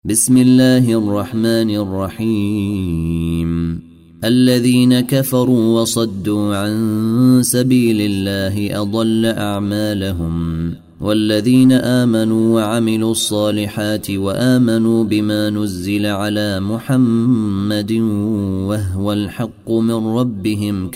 بسم الله الرحمن الرحيم. الذين كفروا وصدوا عن سبيل الله أضل أعمالهم، والذين آمنوا وعملوا الصالحات وآمنوا بما نزل على محمد وهو الحق من ربهم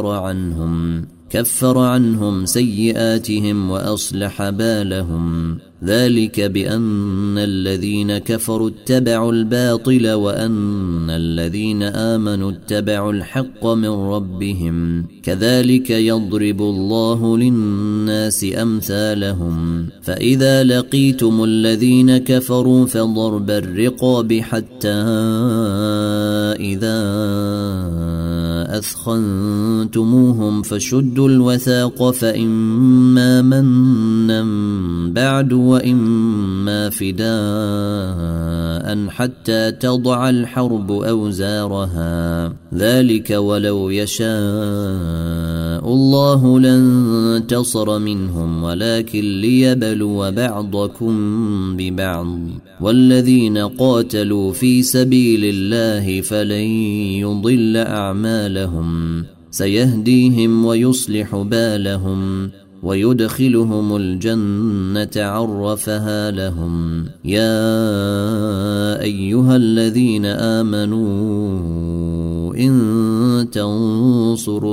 كفر عنهم سيئاتهم وأصلح بالهم. ذلك بأن الذين كفروا اتبعوا الباطل وأن الذين آمنوا اتبعوا الحق من ربهم. كذلك يضرب الله للناس أمثالهم. فإذا لقيتم الذين كفروا فضرب الرقاب حتى إذا أثخنتموهم فشدوا الوثاق، فإما منا بعد وإما فداء حتى تضع الحرب أوزارها. ذلك ولو يشاء الله لانتصر منهم ولكن ليبلو بعضكم ببعض. والذين قاتلوا في سبيل الله فلن يضل أعمالهم، سيهديهم ويصلح بالهم ويدخلهم الجنة عرفها لهم. يا أيها الذين آمنوا إن تنصروا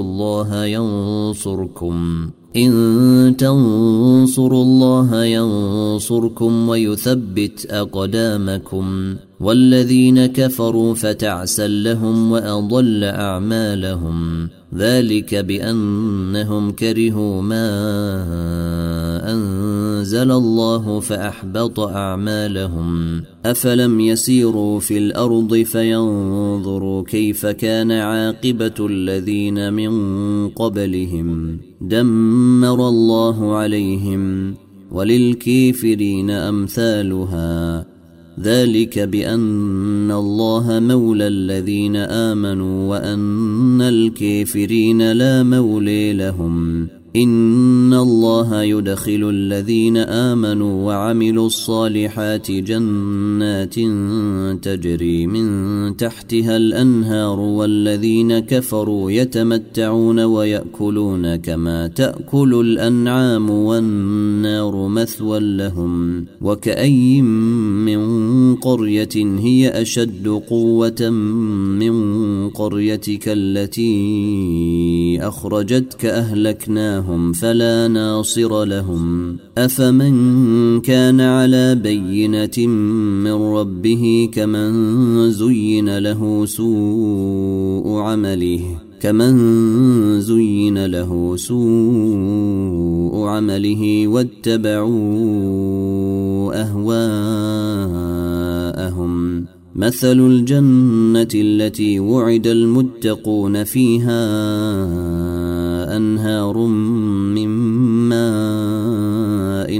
الله ينصركم ويثبت أقدامكم. والذين كفروا فتعسا لهم وأضل أعمالهم. ذلك بأنهم كرهوا ما أنزل الله فأحبط أعمالهم. أفلم يسيروا في الأرض فينظروا كيف كان عاقبة الذين من قبلهم. دمر الله عليهم وللكافرين أمثالها. ذلك بأن الله مولى الذين آمنوا وأن الكافرين لا مولى لهم. إن الله يدخل الذين آمنوا وعملوا الصالحات جنات تجري من تحتها الأنهار، والذين كفروا يتمتعون ويأكلون كما تأكل الأنعام والنار مثوى لهم. وكأي من قرية هي أشد قوة من قريتك التي أخرجتك أهلكناهم فلا ناصر لهم. أفمن كان على بينة من ربه كمن زين له سوء عمله واتبعوا أهواءهم. مثل الجنة التي وعد المتقون فيها أنهار من ماء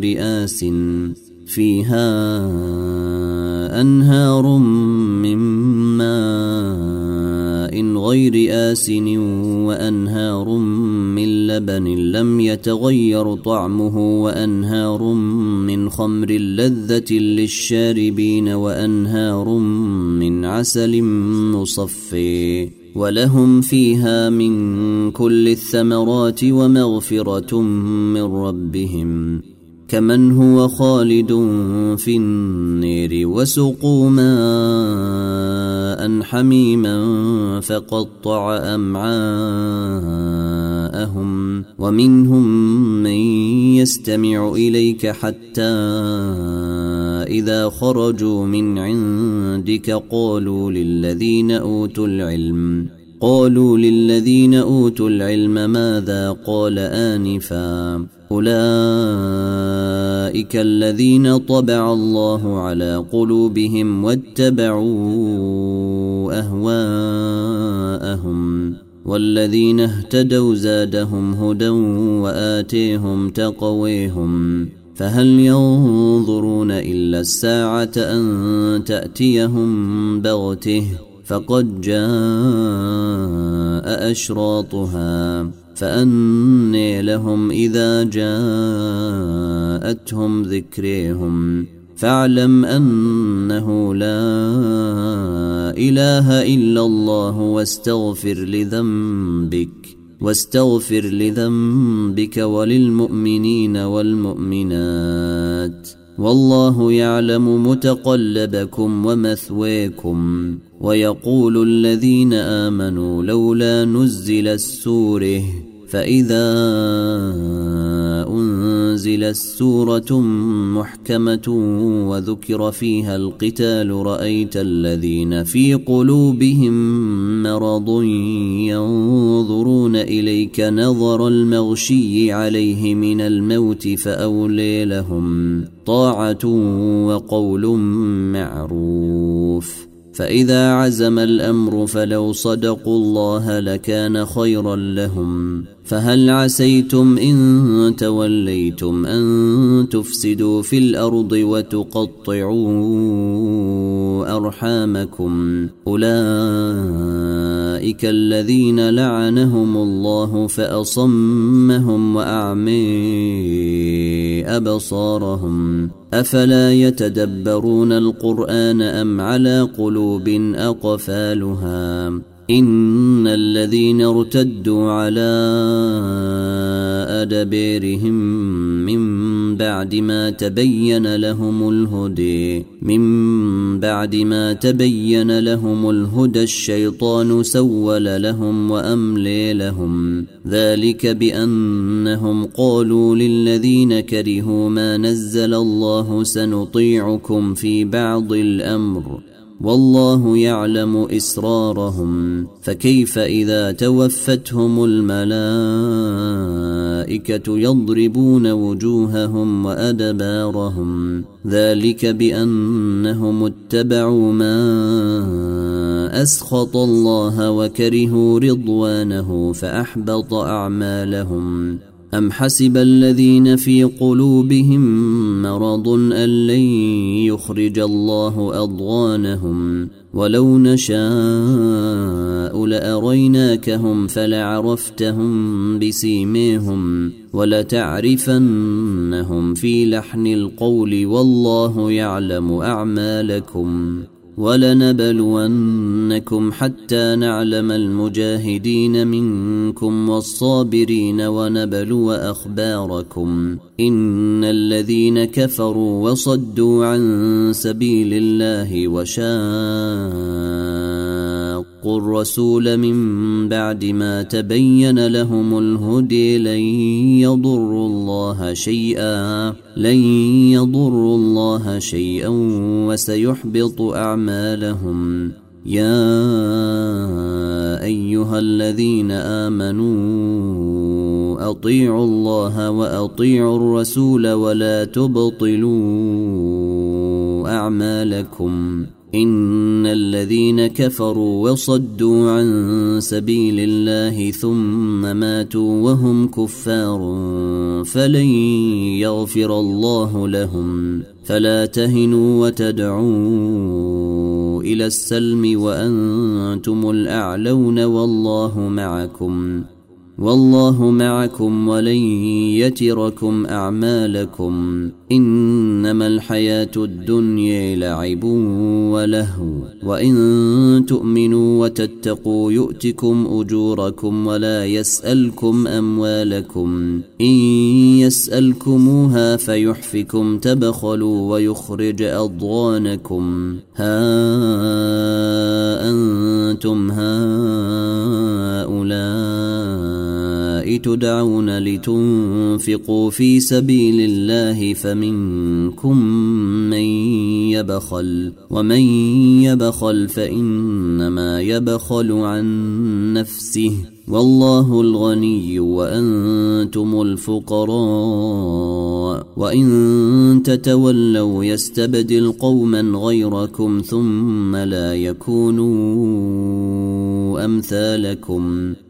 غير آسن وأنهار من لبن لم يتغير طعمه وأنهار من خمر لذة للشاربين وأنهار من عسل مصفى. ولهم فيها من كل الثمرات ومغفرة من ربهم كمن هو خالد في النير. وسقوا ماء حميما فقطع أمعاءهم. ومنهم من يستمع إليك حتى إذا خرجوا من عندك قالوا للذين أوتوا العلم ماذا قال آنفا. أولئك الذين طبع الله على قلوبهم واتبعوا أهواءهم. والذين اهتدوا زادهم هدى وآتيهم تقويهم. فهل ينظرون إلا الساعة أن تأتيهم بغته فقد جاء أشراطها. فأنى لهم إذا جاءتهم ذكريهم فاعلم أنه لا إله إلا الله واستغفر لذنبك وللمؤمنين والمؤمنات، والله يعلم متقلبكم ومثواكم. ويقول الذين آمنوا لولا نزل السورة، فإذا أنزلت سورة محكمة وذكر فيها القتال رأيت الذين في قلوبهم مرض ينظرون إليك نظر المغشي عليه من الموت، فأولي لهم طاعة وقول معروف. فإذا عزم الأمر فلو صدقوا الله لكان خيرا لهم. فهل عسيتم إن توليتم أن تفسدوا في الأرض وتقطعوا أرحامكم؟ أولئك الذين لعنهم الله فأصمهم وأعمي أبصارهم. أفلا يتدبرون القرآن أم على قلوب أقفالها؟ إن الذين ارتدوا على أدبارهم من بعد ما تبين لهم الهدى الشيطان سول لهم وأملي لهم. ذلك بأنهم قالوا للذين كرهوا ما نزل الله سنطيعكم في بعض الأمر والله يعلم إسرارهم. فكيف إذا توفتهم الملائكة يضربون وجوههم وأدبارهم؟ ذلك بأنهم اتبعوا ما أسخط الله وكرهوا رضوانه فأحبط أعمالهم. أم حسب الذين في قلوبهم مرض أن لن يخرج الله أضغانهم؟ ولو نشاء لأريناكهم فلعرفتهم بسيماهم ولتعرفنهم في لحن القول والله يعلم أعمالكم. ولنبلونكم حتى نعلم المجاهدين منكم والصابرين ونبلو أخباركم. إن الذين كفروا وصدوا عن سبيل الله وشاقوا الرسول من بعد ما تبين لهم الهدي لن يضروا الله شيئا وسيحبط أعمالهم. يا أيها الذين آمنوا أطيعوا الله وأطيعوا الرسول ولا تبطلوا أعمالكم. إن الذين كفروا وصدوا عن سبيل الله ثم ماتوا وهم كفار فلن يغفر الله لهم. فلا تهنوا وتدعوا إلى السلم وأنتم الأعلون والله معكم ولن يتركم أعمالكم. إنما الحياة الدنيا لعب ولهو وإن تؤمنوا وتتقوا يؤتكم أجوركم ولا يسألكم أموالكم. إن يسألكموها فيحفكم تبخلوا ويخرج أضغانكم. ها أنتم هؤلاء تدعون لتنفقوا في سبيل الله فمنكم من يبخل ومن يبخل فإنما يبخل عن نفسه والله الغني وأنتم الفقراء. وإن تتولوا يستبدل قوما غيركم ثم لا يكونوا أمثالكم.